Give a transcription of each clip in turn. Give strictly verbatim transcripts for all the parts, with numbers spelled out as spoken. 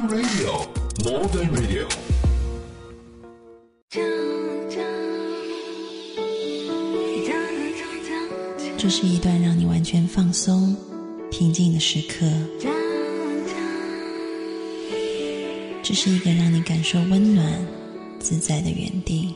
Radio More Than Radio。 这是一段让你完全放松、平静的时刻。这是一个让你感受温暖、自在的园地。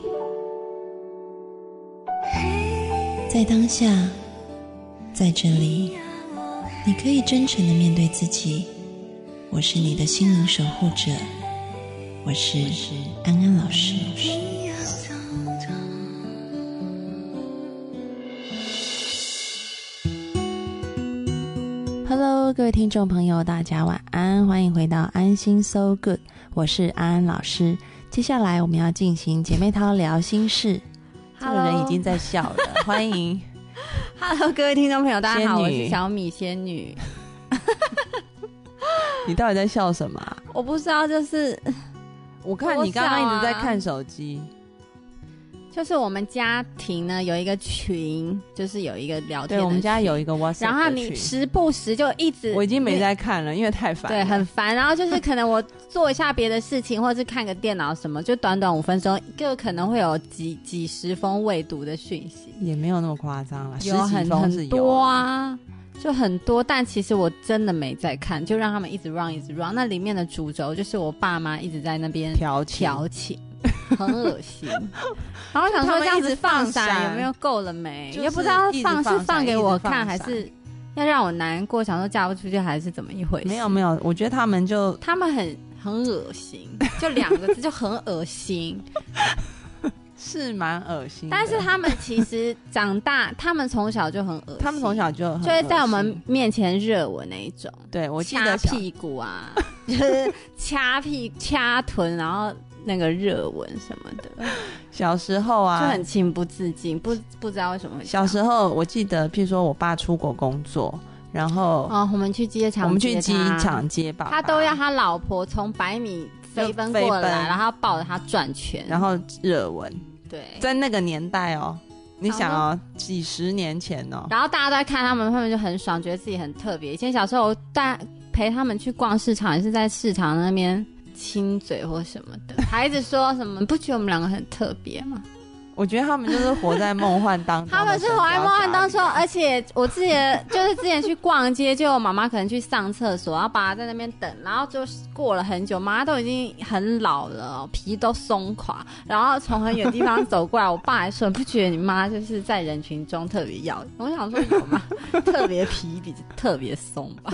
在当下，在这里，你可以真诚地面对自己。我是你的心灵守护者，我是安安老师。Hello， 各位听众朋友，大家晚安，欢迎回到安心 So Good， 我是安安老师。接下来我们要进行姐妹淘聊心事。这个人已经在笑了，欢迎。 Hello， 各位听众朋友，大家好，我是小米仙女。 你到底在笑什么啊？ 我不知道，就是我看你刚刚一直在看手机。 就是我们家庭呢有一个群，就是有一个聊天的群， 对，我们家有一个 WhatsApp 的群， 然后你时不时就一直， 我已经没在看了，因为太烦了， 对，很烦。然后就是可能我做一下别的事情，或者是看个电脑什么，就短短五分钟，就可能会有几几十封未读的讯息， 也没有那么夸张啦， 有很很多啊，就很多。但其实我真的没在看，就让他们一直 run 一直 run。那里面的主轴就是我爸妈一直在那边调调情。很恶心，然后想说这样子放闪有没有够了没？也不知道放是放给我看，还是要让我难过，想说嫁不出去，还是怎么一回事？ 没有没有，我觉得他们就他们很很恶心，就两个字就很恶心， 是蛮恶心的。 但是他们其实长大，他们从小就很恶心， 他们从小就很恶心， 就会在我们面前热吻那一种。 对，我记得掐屁股啊，就是掐屁掐臀，然后。那个热吻什么的， 小时候啊， 就很情不自禁，不不知道为什么会。 小时候我记得，譬如说我爸出国工作，然后哦，我们去机场， 我们去机场接爸爸， 他都要他老婆从百米飞奔过来，然后抱着他转圈， 然后热吻。 对， 在那个年代哦，你想哦，几十年前哦， 然后大家都在看他们，他们就很爽，觉得自己很特别。以前小时候，大陪他们去逛市场，也是在市场那边。亲嘴或什么的，还一直说什么？你不觉得我们两个很特别吗？ 我觉得他们就是活在梦幻当中。 他们是活在梦幻当中，而且我自己就是之前去逛街，就我妈妈可能去上厕所，然后爸爸在那边等，然后就过了很久，妈妈都已经很老了，皮都松垮，然后从很远地方走过来，我爸还说：“你不觉得你妈就是在人群中特别耀眼？”我想说有吗？特别皮比特别松吧。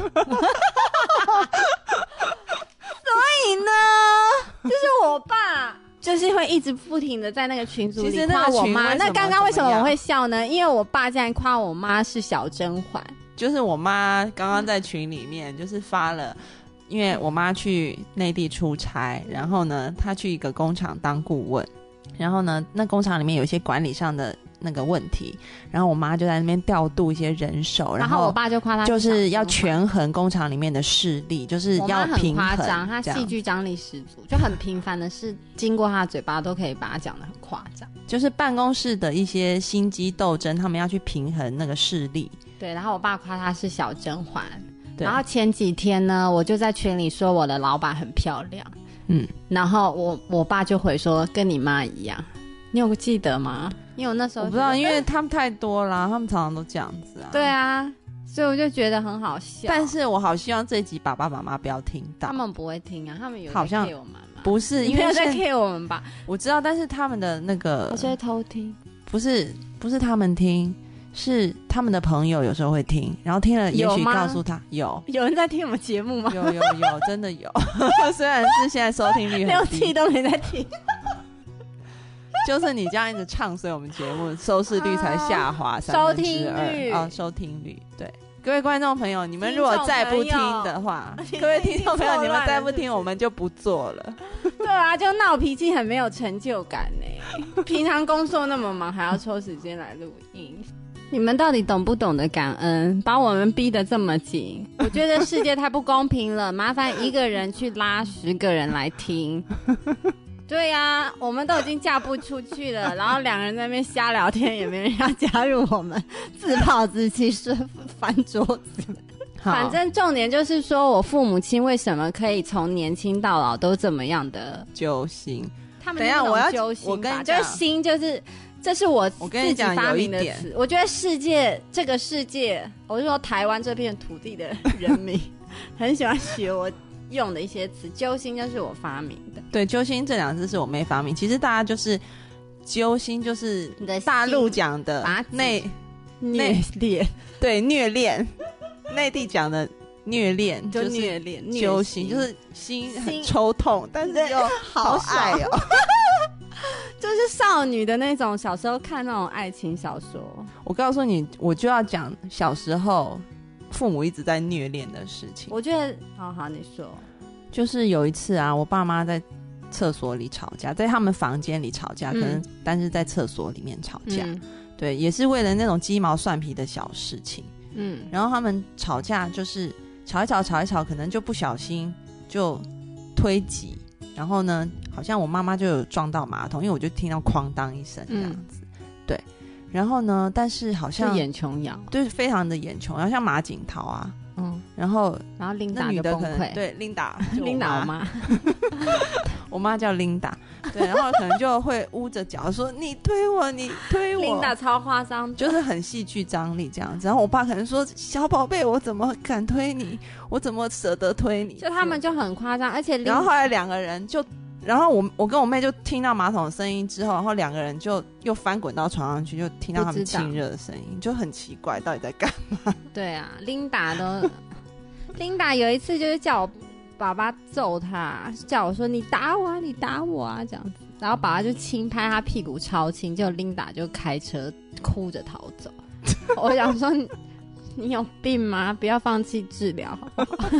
所以呢，就是我爸就是会一直不停的在那个群组里夸我妈。那刚刚为什么我会笑呢？因为我爸竟然夸我妈是小甄嬛。 就是我妈刚刚在群里面就是发了，因为我妈去内地出差，然后呢她去一个工厂当顾问，然后呢那工厂里面有一些管理上的那个问题，然后我妈就在那边调度一些人手， 然后我爸就夸她就是要权衡工厂里面的势力，就是要平衡。我妈很夸张， 她戏剧张力十足，就很平凡的事经过她的嘴巴都可以把她讲得很夸张。 就是办公室的一些心机斗争，他们要去平衡那个势力。 对，然后我爸夸她是小甄嬛，然后前几天呢，我就在群里说我的老板很漂亮，嗯，然后我我爸就回说跟你妈一样。你有记得吗？因为我那时候我不知道，因为他们太多啦，他们常常都这样子啊。 对啊，所以我就觉得很好笑。 但是我好希望这一集爸爸妈妈不要听到。 他们不会听啊，他们有在 care 我们吗？ 不是， 因为在 care 我们吧？ 我知道，但是他们的那个我是会偷听， 不是不是他们听，是他们的朋友有时候会听，然后听了也许告诉他有有人在听我们节目吗？ 有有有，真的有。虽然是现在收听率很低， 六期都没在听。 就是你这样一直唱，所以我们节目收视率才下滑三分之二啊，收听率。对，各位观众朋友，你们如果再不听的话，各位听众朋友，你们再不听，我们就不做了。 对啊，就闹脾气很没有成就感呢。平常工作那么忙，还要抽时间来录音。你们到底懂不懂得感恩？把我们逼得这么紧，我觉得世界太不公平了。麻烦一个人去拉十个人来听。对呀、啊，我们都已经嫁不出去了，然后两个人在那边瞎聊天，也没人要加入我们，自暴自弃是翻桌子。 反正重点就是说我父母亲为什么可以从年轻到老都这么样的揪心。 他们那种揪心吧， 我跟你讲，就是心，就是这是我自己发明的词。我觉得世界这个世界，我是说台湾这片土地的人民，很喜欢学我用的一些词。揪心就是我发明的。 对，揪心这两个字是我妹发明。其实大家就是揪心，就是大陆讲的内虐恋， 对虐恋，内地讲的。虐恋就虐恋， 揪心就是心很抽痛，但是又好爱哦， 就是少女的那种，小时候看那种爱情小说。 我告诉你，我就要讲小时候父母一直在虐恋的事情。 我觉得，好好，你说， 就是有一次啊，我爸妈在厕所里吵架，在他们房间里吵架，嗯、可能但是在厕所里面吵架，嗯、对，也是为了那种鸡毛蒜皮的小事情。嗯，然后他们吵架就是吵一吵吵一吵，可能就不小心就推挤，然后呢好像我妈妈就有撞到马桶，因为我就听到哐当一声这样子、嗯、对，然后呢但是好像眼琼瑶， 对，非常的眼琼，然后像马景涛啊，嗯，然后然后琳达就崩溃， 对，琳达琳达我妈我妈叫琳达，对，然后可能就会捂着脚说你推我你推我， 琳达超夸张， 就是很戏剧张力这样子。然后我爸可能说小宝贝我怎么敢推你，我怎么舍得推你， 就他们就很夸张。而且然后后来两个人就，然后我我跟我妹就听到马桶的声音之后，然后两个人就又翻滚到床上去，就听到他们亲热的声音，就很奇怪到底在干嘛。 对啊，琳达都琳达有一次就是叫我爸爸揍他，叫我说你打我啊你打我啊这样子，然后爸爸就轻拍他屁股超轻，结果琳达就开车哭着逃走。我想说 你, 你有病吗？不要放弃治疗好不好？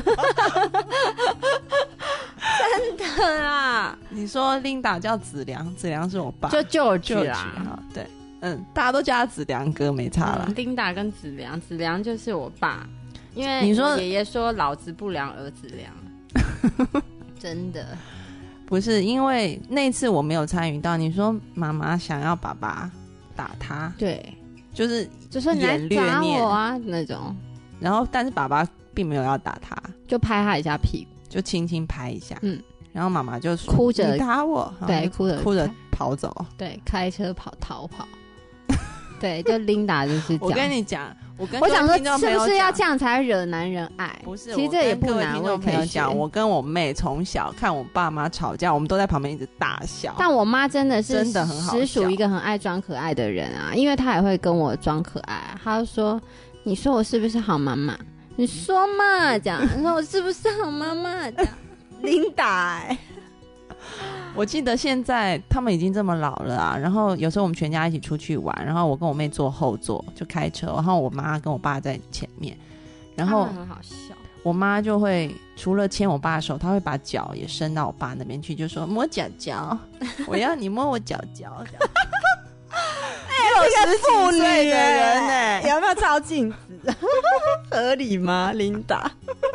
真的啦， 你说琳达叫子良，子良是我爸， 就 George 啦， 对，嗯，大家都叫他子良哥没差啦。 琳达跟子良，子良就是我爸，因为你说爷爷说老子不良儿子良。真的不是，因为那次我没有参与到。你说妈妈想要爸爸打他， 对， 就是就是你来打我啊那种， 然后但是爸爸并没有要打他， 就拍他一下屁股， 就轻轻拍一下，嗯，然后妈妈就说哭着你打我， 对，哭着哭着跑走， 对，开车跑逃跑。对，就琳达就是这样。 我跟你讲，我跟我想说，是不是要这样才惹男人爱？ 不是， 其实这也不难。 我跟朋友讲，我跟我妹从小看我爸妈吵架，我们都在旁边一直大笑。 但我妈真的是真的很好笑， 实属一个很爱装可爱的人啊，因为她也会跟我装可爱、啊。她就说：“你说我是不是好妈妈？你说嘛，这样。你说我是不是好妈妈？这样。”琳达、欸。 我记得现在他们已经这么老了啊，然后有时候我们全家一起出去玩，然后我跟我妹坐后座就开车，然后我妈跟我爸在前面，然后很好笑， 我妈就会除了牵我爸的手，她会把脚也伸到我爸那边去，就说摸脚脚，我要你摸我脚脚。 哎，这个妇女的人哎、欸，有没有照镜子？合理吗，琳达？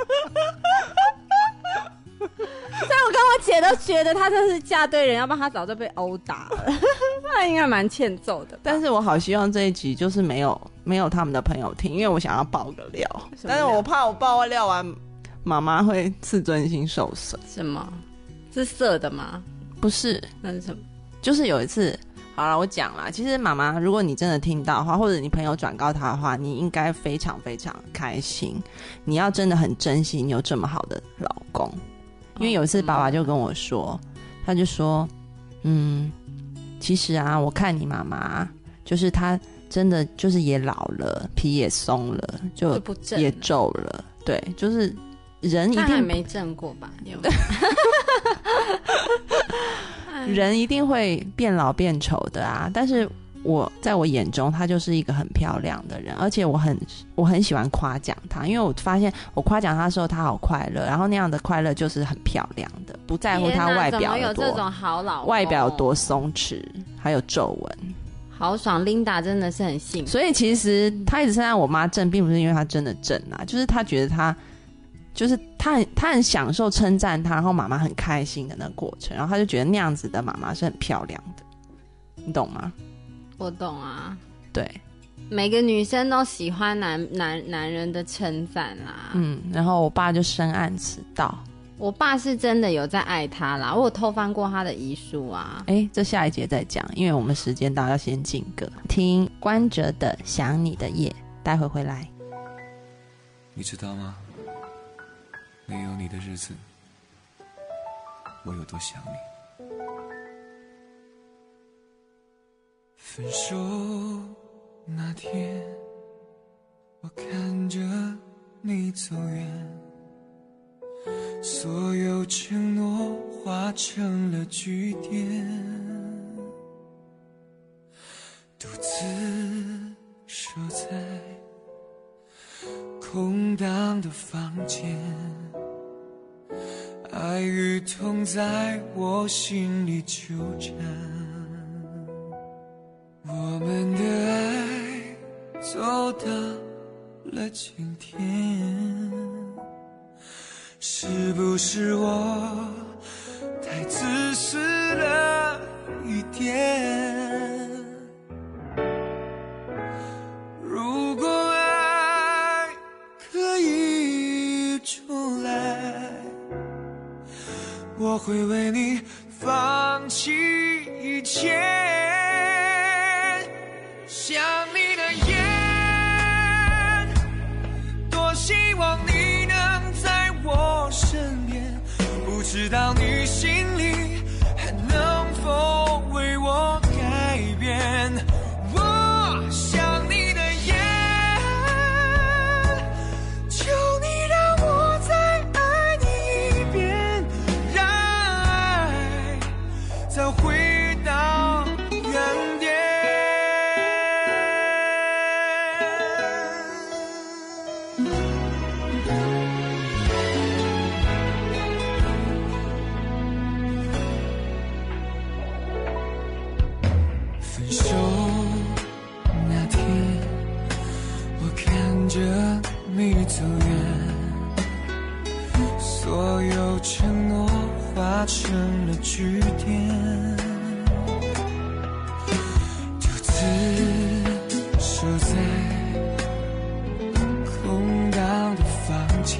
但我跟我姐都觉得她真是嫁对人，要不然她早就被殴打了。她应该蛮欠揍的。 但是我好希望这一集就是没有没有他们的朋友听，因为我想要爆个料，但是我怕我爆料完，妈妈会自尊心受损。 什么？是色的吗？ 不是， 那是什么？ 就是有一次，好了，我讲啦。其实妈妈，如果你真的听到的话，或者你朋友转告她的话，你应该非常非常开心。你要真的很珍惜你有这么好的老公。因为有一次爸爸就跟我说，他就说嗯其实啊我看你妈妈就是她真的就是也老了，皮也松了，就也皱了，对，就是人一定没正过吧有人一定会变老变丑的啊，但是我在我眼中她就是一个很漂亮的人，而且我很我很喜欢夸奖她，因为我发现我夸奖她的时候她好快乐，然后那样的快乐就是很漂亮的，不在乎她外表有多有这种好老公， 外表有多松弛还有皱纹， 好爽。琳达真的是很幸福， 所以其实她一直称赞我妈正，并不是因为她真的正啊，就是她觉得她就是她很她很享受称赞她，然后妈妈很开心的那个过程，然后她就觉得那样子的妈妈是很漂亮的，你懂吗？ 我懂啊， 对， 每个女生都喜欢男男男人的称赞啦。 嗯，然后我爸就深谙此道。 我爸是真的有在爱他啦，我有偷翻过他的遗书啊。 哎，这下一节再讲，因为我们时间到，要先进歌，听关喆的《想你的夜》，待会回来。 你知道吗？没有你的日子，我有多想你。分手那天，我看着你走远，所有承诺化成了句点，独自守在空荡的房间，爱与痛在我心里纠缠，我们的爱走到了今天，是不是我太自私了一点？如果爱可以重来，我会为你放弃一切。想你的夜，多希望你能在我身边，不知道你心里还能否为我改变。我想你的夜，求你让我再爱你一遍，让爱再回到原点。分手那天，我看着你走远，所有承诺化成了句点，独自守在空荡的房间，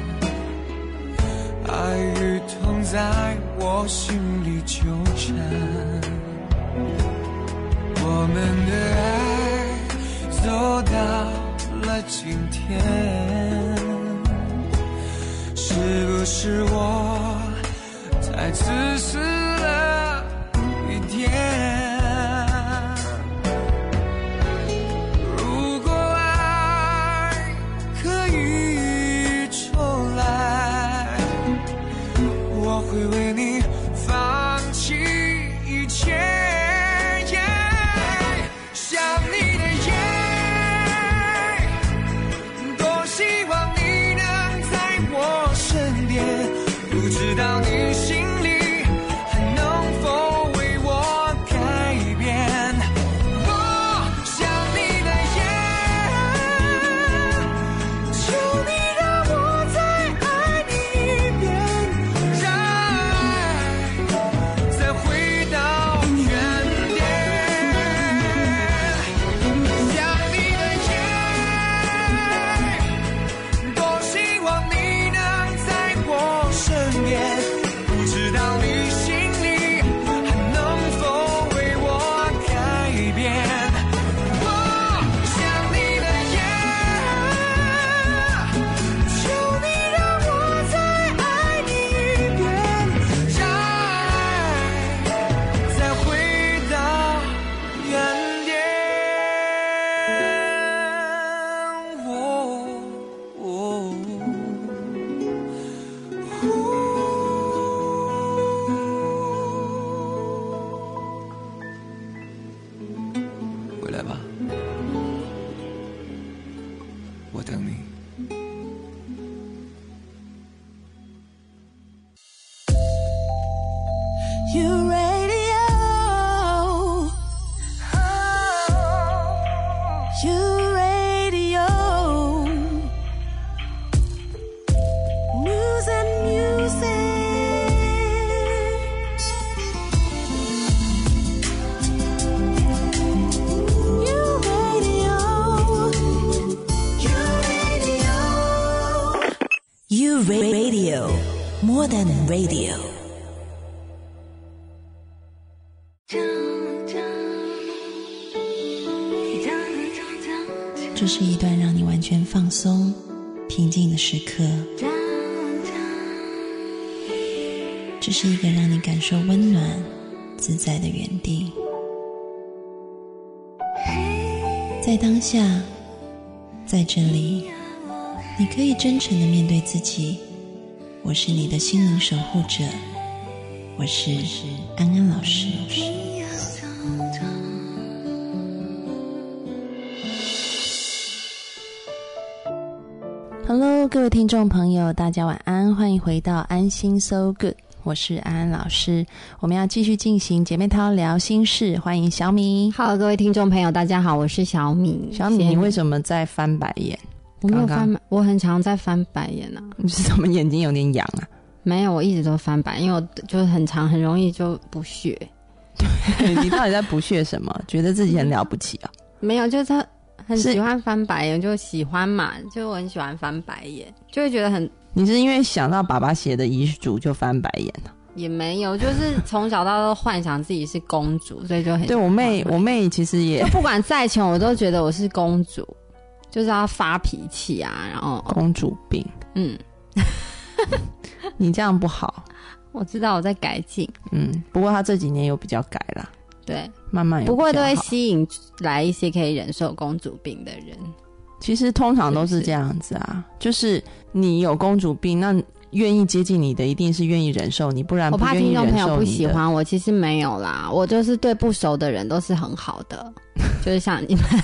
爱与痛在我心里纠缠，我们的爱走到了今天，是不是我太自私了一点？如果爱可以重来，我会为你放弃一切。不知道你心里还能否为我改变。我想你的夜，求你让我再爱你一遍，让爱再回到原点。想你的夜，多希望你能在我身边，不知 more than radio。这是一段让你完全放松、平静的时刻。这是一个让你感受温暖、自在的园地。在当下，在这里，你可以真诚地面对自己。我是你的心灵守护者，我是安安老师。Hello， 各位听众朋友，大家晚安，欢迎回到安心 So Good， 我是安安老师。我们要继续进行姐妹淘聊心事，欢迎小米。 好，各位听众朋友，大家好，我是小米。 小米，你为什么在翻白眼？ 我没有翻， 刚刚我很常在翻白眼啊。 你是怎么眼睛有点痒啊？ 没有，我一直都翻白，因为我就是很常，很容易就不屑。 你到底在不屑什么？觉得自己很了不起啊？ 没有，就是他很喜欢翻白眼，就喜欢嘛，就我很喜欢翻白眼，就会觉得很。 你是因为想到爸爸写的遗嘱就翻白眼了？ 也没有，就是从小到大幻想自己是公主，所以就很对我妹，我妹其实也就不管再穷，我都觉得我是公主，就是要发脾气啊，然后公主病。 嗯， 你这样不好。 我知道我在改进。 嗯，不过她这几年有比较改啦。 对， 慢慢有比较好。 不过都会吸引来一些可以忍受公主病的人。 其实通常都是这样子啊，是就是你有公主病，那愿意接近你的一定是愿意忍受你，不然不愿意忍受你的。 我怕听众朋友不喜欢我，其实没有啦，我就是对不熟的人都是很好的，就是像你们。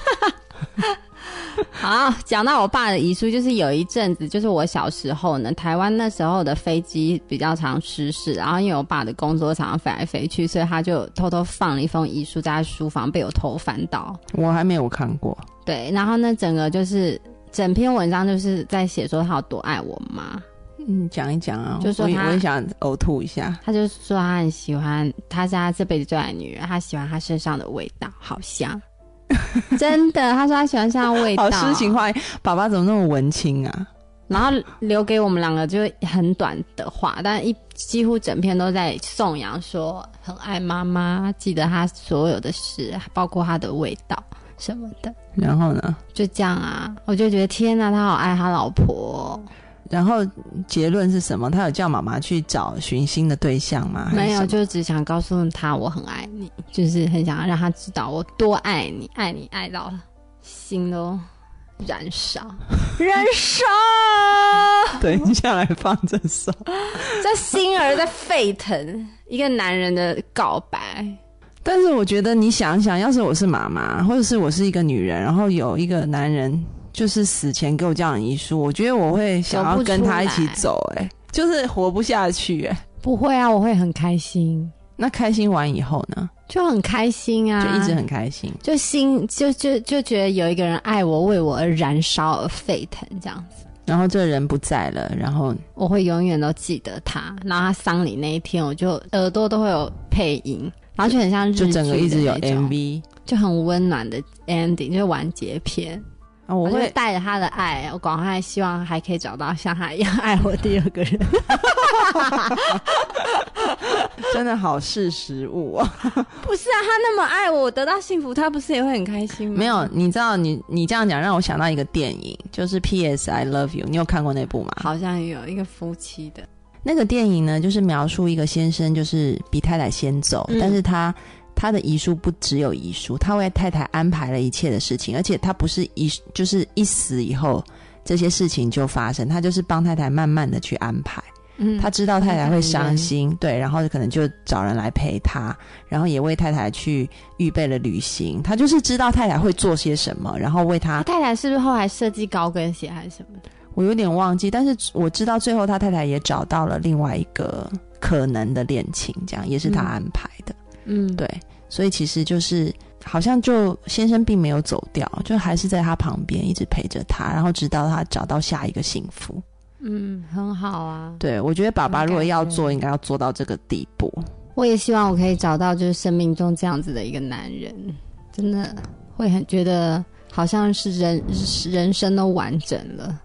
好，讲到我爸的遗书，就是有一阵子，就是我小时候呢，台湾那时候的飞机比较常失事，然后因为我爸的工作常常飞来飞去，所以他就偷偷放了一封遗书在书房，被我偷翻到。 我还没有看过。 对，然后呢，整个就是整篇文章就是在写说他有多爱我妈。 嗯，讲一讲啊， 就说他我也我也想呕吐一下。 他就说他很喜欢，他是他这辈子最爱的女人，他喜欢他身上的味道，好香。真的，他说他喜欢身上的味道。 好诗情画意，爸爸怎么那么文青啊？ 然后留给我们两个就很短的话，但一几乎整篇都在颂扬说很爱妈妈，记得他所有的事，包括他的味道什么的。 然后呢？ 就这样啊，我就觉得天哪，他好爱他老婆。 然后结论是什么？他有叫妈妈去找寻新的对象吗？ 没有，就只想告诉他我很爱你，就是很想让他知道我多爱你，爱你爱到心都燃烧，燃烧。 等一下来放这首， 这心儿在沸腾，一个男人的告白。 但是我觉得你想想，要是我是妈妈，或者是我是一个女人，然后有一个男人就是死前给我这样的遗书，我觉得我会想要跟他一起走、欸，哎，就是活不下去、欸，哎， 不会啊，我会很开心。 那开心完以后呢？ 就很开心啊， 就一直很开心， 就心就就就觉得有一个人爱我，为我而燃烧而沸腾这样子。 然后这人不在了，然后我会永远都记得他。然后他丧礼那一天，我就耳朵都会有配音，然后就很像日剧的那种， 就整个一直有 M V， 就很温暖的 ending， 就是完结篇。 啊、我会带着他的爱，我广还希望还可以找到像他一样爱我第二个人。 真的好识时务哦。 不是啊，他那么爱我，我得到幸福，他不是也会很开心吗？ 没有，你知道你你这样讲让我想到一个电影，就是 P S I Love You， 你有看过那部吗？ 好像有一个夫妻的那个电影呢，就是描述一个先生就是比太太先走，嗯、但是他他的遗书不只有遗书，他为太太安排了一切的事情，而且他不是一就是一死以后这些事情就发生，他就是帮太太慢慢的去安排。嗯，他知道太太会伤心，对，然后可能就找人来陪他，然后也为太太去预备了旅行。他就是知道太太会做些什么，然后为他。 太太是不是后来设计高跟鞋还是什么的？ 我有点忘记，但是我知道最后他太太也找到了另外一个可能的恋情，这样也是他安排的。嗯，对，所以其实就是好像就先生并没有走掉，就还是在他旁边一直陪着他，然后直到他找到下一个幸福。 嗯，很好啊。 对，我觉得爸爸如果要做，应该要做到这个地步。 我也希望我可以找到就是生命中这样子的一个男人，真的会很觉得好像是人人生都完整了。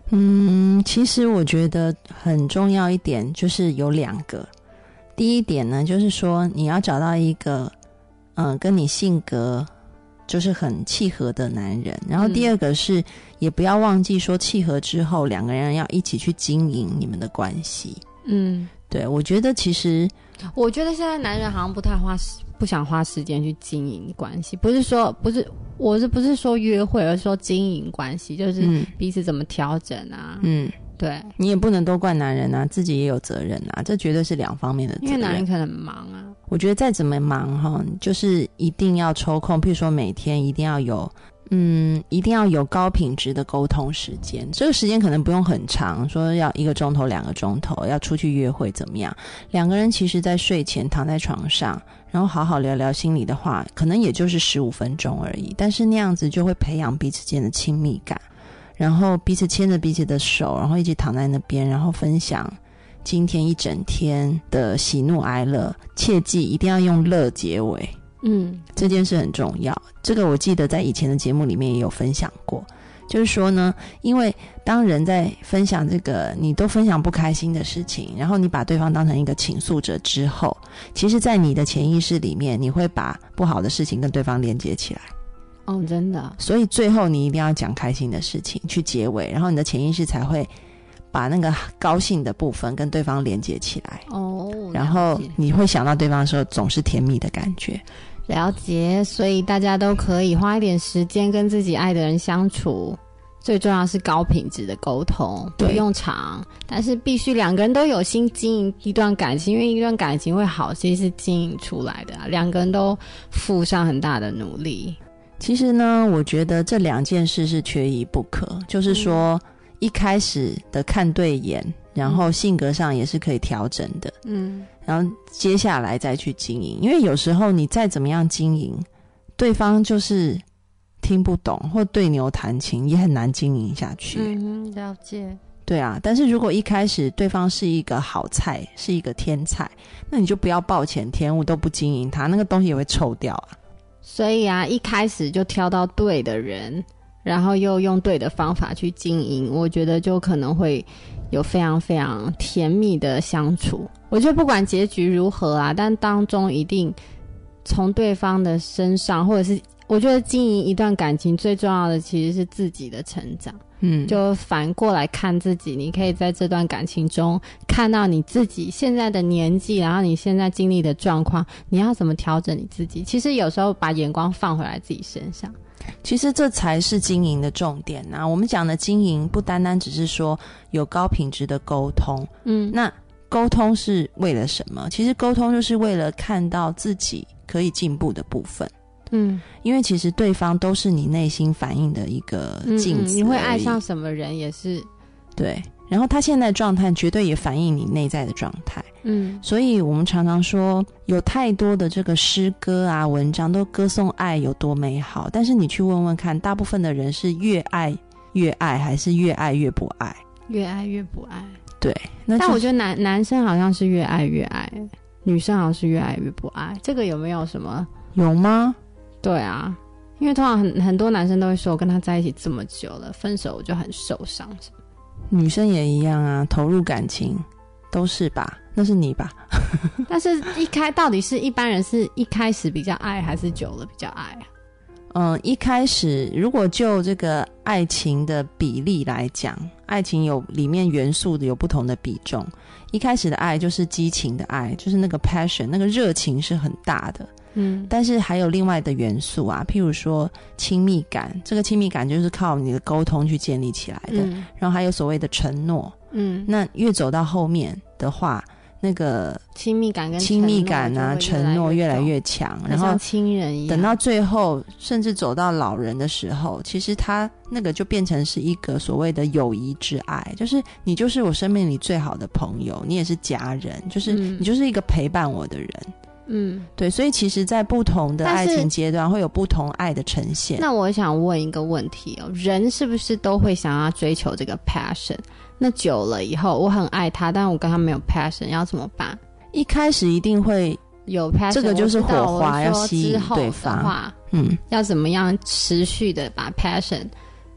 嗯，其实我觉得很重要一点就是有两个。第一点呢，就是说你要找到一个嗯、呃，跟你性格就是很契合的男人。然后第二个是、嗯、也不要忘记说契合之后两个人要一起去经营你们的关系。嗯，对，我觉得其实我觉得现在男人好像不太花不想花时间去经营关系，不是说不是我是不是说约会，而是说经营关系，就是彼此怎么调整啊。嗯，对， 你也不能都怪男人啊，自己也有责任啊，这绝对是两方面的责任。 因为男人可能很忙啊， 我觉得再怎么忙哈，就是一定要抽空，譬如说每天一定要有嗯，一定要有高品质的沟通时间。这个时间可能不用很长，说要一个钟头两个钟头，要出去约会怎么样，两个人其实在睡前躺在床上，然后好好聊聊心里的话，可能也就是十五分钟而已，但是那样子就会培养彼此间的亲密感，然后彼此牵着彼此的手，然后一起躺在那边，然后分享今天一整天的喜怒哀乐，切记一定要用乐结尾。嗯，这件事很重要。这个我记得在以前的节目里面也有分享过，就是说呢，因为当人在分享这个你都分享不开心的事情，然后你把对方当成一个倾诉者之后，其实在你的潜意识里面你会把不好的事情跟对方连接起来。 哦，真的。所以最后你一定要讲开心的事情去结尾，然后你的潜意识才会把那个高兴的部分跟对方连接起来。哦，然后你会想到对方的时候总是甜蜜的感觉。 了解，所以大家都可以花一点时间跟自己爱的人相处，最重要是高品质的沟通，不用长，但是必须两个人都有心经营一段感情，因为一段感情会好，其实是经营出来的啊，两个人都付上很大的努力。 其实呢，我觉得这两件事是缺一不可，就是说、嗯、一开始的看对眼，然后性格上也是可以调整的，嗯，然后接下来再去经营，因为有时候你再怎么样经营，对方就是听不懂或对牛弹琴，也很难经营下去。 嗯，了解。 对啊，但是如果一开始对方是一个好菜，是一个天菜，那你就不要暴殄天物，都不经营它，那个东西也会臭掉啊。 所以啊，一开始就挑到对的人，然后又用对的方法去经营，我觉得就可能会有非常非常甜蜜的相处。我觉得不管结局如何啊，但当中一定从对方的身上，或者是我觉得经营一段感情最重要的其实是自己的成长。嗯，就反过来看自己，你可以在这段感情中看到你自己现在的年纪，然后你现在经历的状况，你要怎么调整你自己。其实有时候把眼光放回来自己身上， 其实这才是经营的重点啊。我们讲的经营不单单只是说有高品质的沟通，嗯，那沟通是为了什么？其实沟通就是为了看到自己可以进步的部分。嗯，因为其实对方都是你内心反映的一个镜子而已， 嗯嗯，你会爱上什么人也是对，然后他现在的状态绝对也反映你内在的状态。嗯，所以我们常常说有太多的这个诗歌啊文章都歌颂爱有多美好，但是你去问问看，大部分的人是越爱越爱还是越爱越不爱？ 越爱越不爱。 对，那但我觉得男男生好像是越爱越爱，女生好像是越爱越不爱，这个有没有什么？ 有吗？ 对啊，因为通常很很多男生都会说，我跟他在一起这么久了，分手我就很受伤。 女生也一样啊，投入感情都是吧？那是你吧？ 但是一开到底是一般人是一开始比较爱，还是久了比较爱啊？ 嗯，一开始如果就这个爱情的比例来讲，爱情有里面元素的有不同的比重。一开始的爱就是激情的爱，就是那个 passion， 那个热情是很大的。嗯，但是还有另外的元素啊，譬如说亲密感，这个亲密感就是靠你的沟通去建立起来的。嗯，然后还有所谓的承诺。嗯，那越走到后面的话，那个亲密感跟亲密感啊承诺越来越强，然后像亲人一样， 等到最后甚至走到老人的时候，其实他那个就变成是一个所谓的友谊之爱，就是你就是我生命里最好的朋友，你也是家人，就是你就是一个陪伴我的人。嗯，对，所以其实在不同的爱情阶段会有不同爱的呈现。 那我想问一个问题哦，人是不是都会想要追求这个 passion？ 那久了以后我很爱他，但我跟他没有 passion， 要怎么办？ 一开始一定会有 passion， 这个就是火花要吸引对方， 嗯，要怎么样持续的把 passion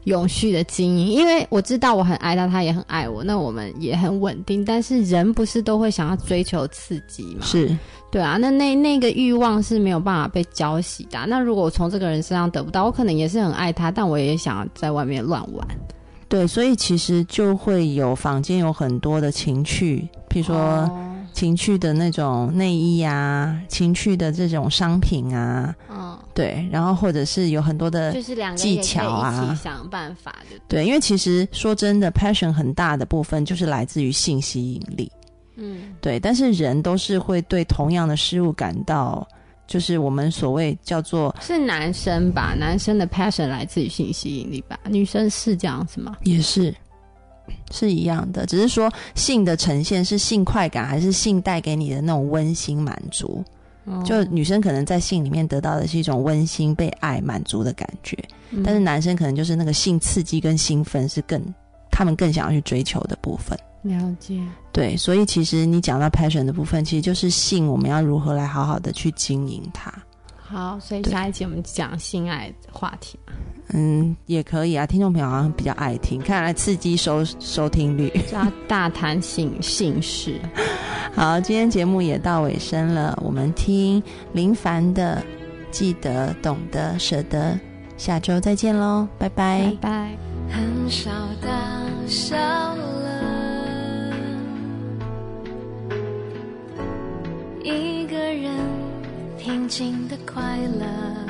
永续的经营，因为我知道我很爱他，他也很爱我，那我们也很稳定，但是人不是都会想要追求刺激吗？ 是， 对啊，那那那个欲望是没有办法被浇熄的啊、那如果我从这个人身上得不到，我可能也是很爱他，但我也想要在外面乱玩。 对，所以其实就会有坊间有很多的情趣，譬如说、 哦情趣的那种内衣啊，情趣的这种商品啊， 嗯， 对，然后或者是有很多的就是两个人技也可以巧啊一起想办法的。 对，因为其实说真的 passion 很大的部分就是来自于性吸引力， 嗯， 对，但是人都是会对同样的事物感到，就是我们所谓叫做是男生吧？男生的 passion 来自于性吸引力吧？女生是这样子吗？ 也是是一样的，只是说性的呈现是性快感还是性带给你的那种温馨满足、 哦、 就女生可能在性里面得到的是一种温馨被爱满足的感觉、嗯、但是男生可能就是那个性刺激跟兴奋是更他们更想要去追求的部分。 了解。 对，所以其实你讲到 passion 的部分，其实就是性我们要如何来好好的去经营它。 好，所以下一集我们讲性爱的话题嘛。 嗯，也可以啊，听众朋友好像比较爱听，看来刺激收收听率， 就要大谈性性事。 好，今天节目也到尾声了，我们听林凡的记得懂得舍得，下周再见咯，拜拜拜拜。 很少大笑了，一个人平静的快乐，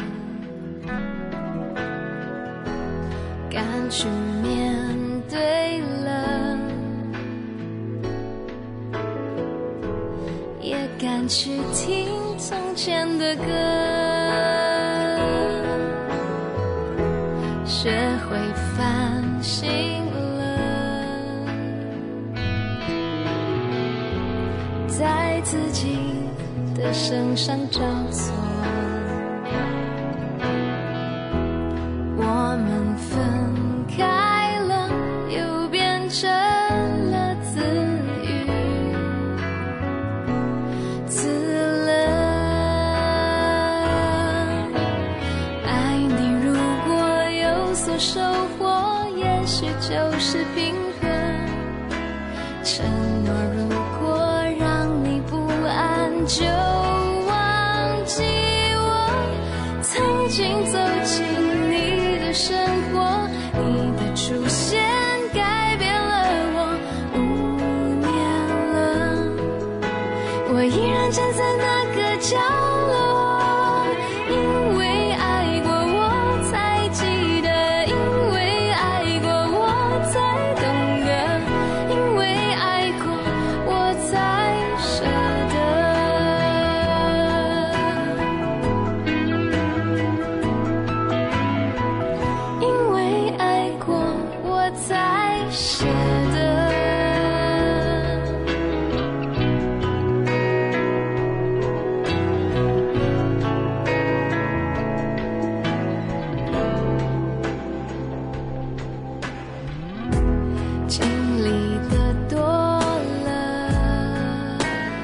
敢去面对了，也敢去听从前的歌，学会反省了，在自己的身上找错。我们分开了，又变成了自语，自了。爱你如果有所收获，也许就是平衡。承诺如果让你不安，就忘记我曾经走进你的生活，你的出现改变了我五年了，我依然站在那个角落，因为爱过我才记得，因为爱过我才懂得，因为爱过我才舍得，因为爱过我才舍得。经历的多了，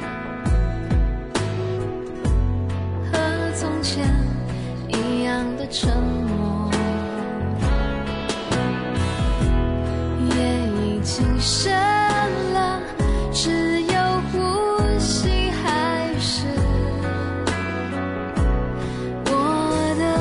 和从前一样的沉默，也已经深了，只有呼吸还是我的。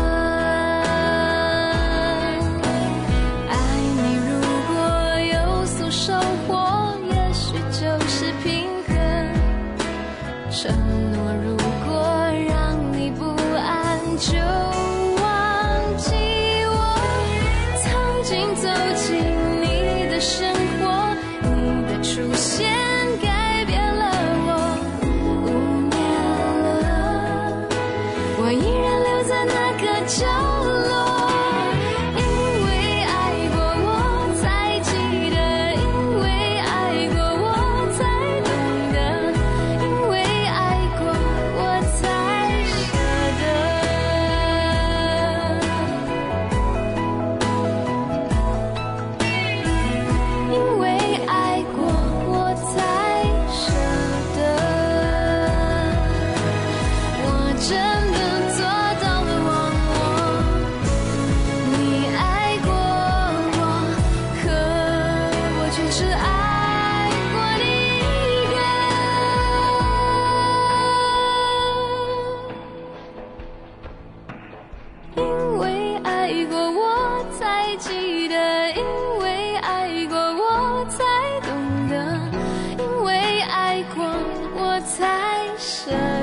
爱你如果有所收获，也许就是平衡。承诺如果让你不安，就忘记我曾经走进你的生活，你的出现改变了我五年了，我依然留在那个角落，因为爱过我才记得，因为爱过我才懂得，因为爱过我才舍得。 深。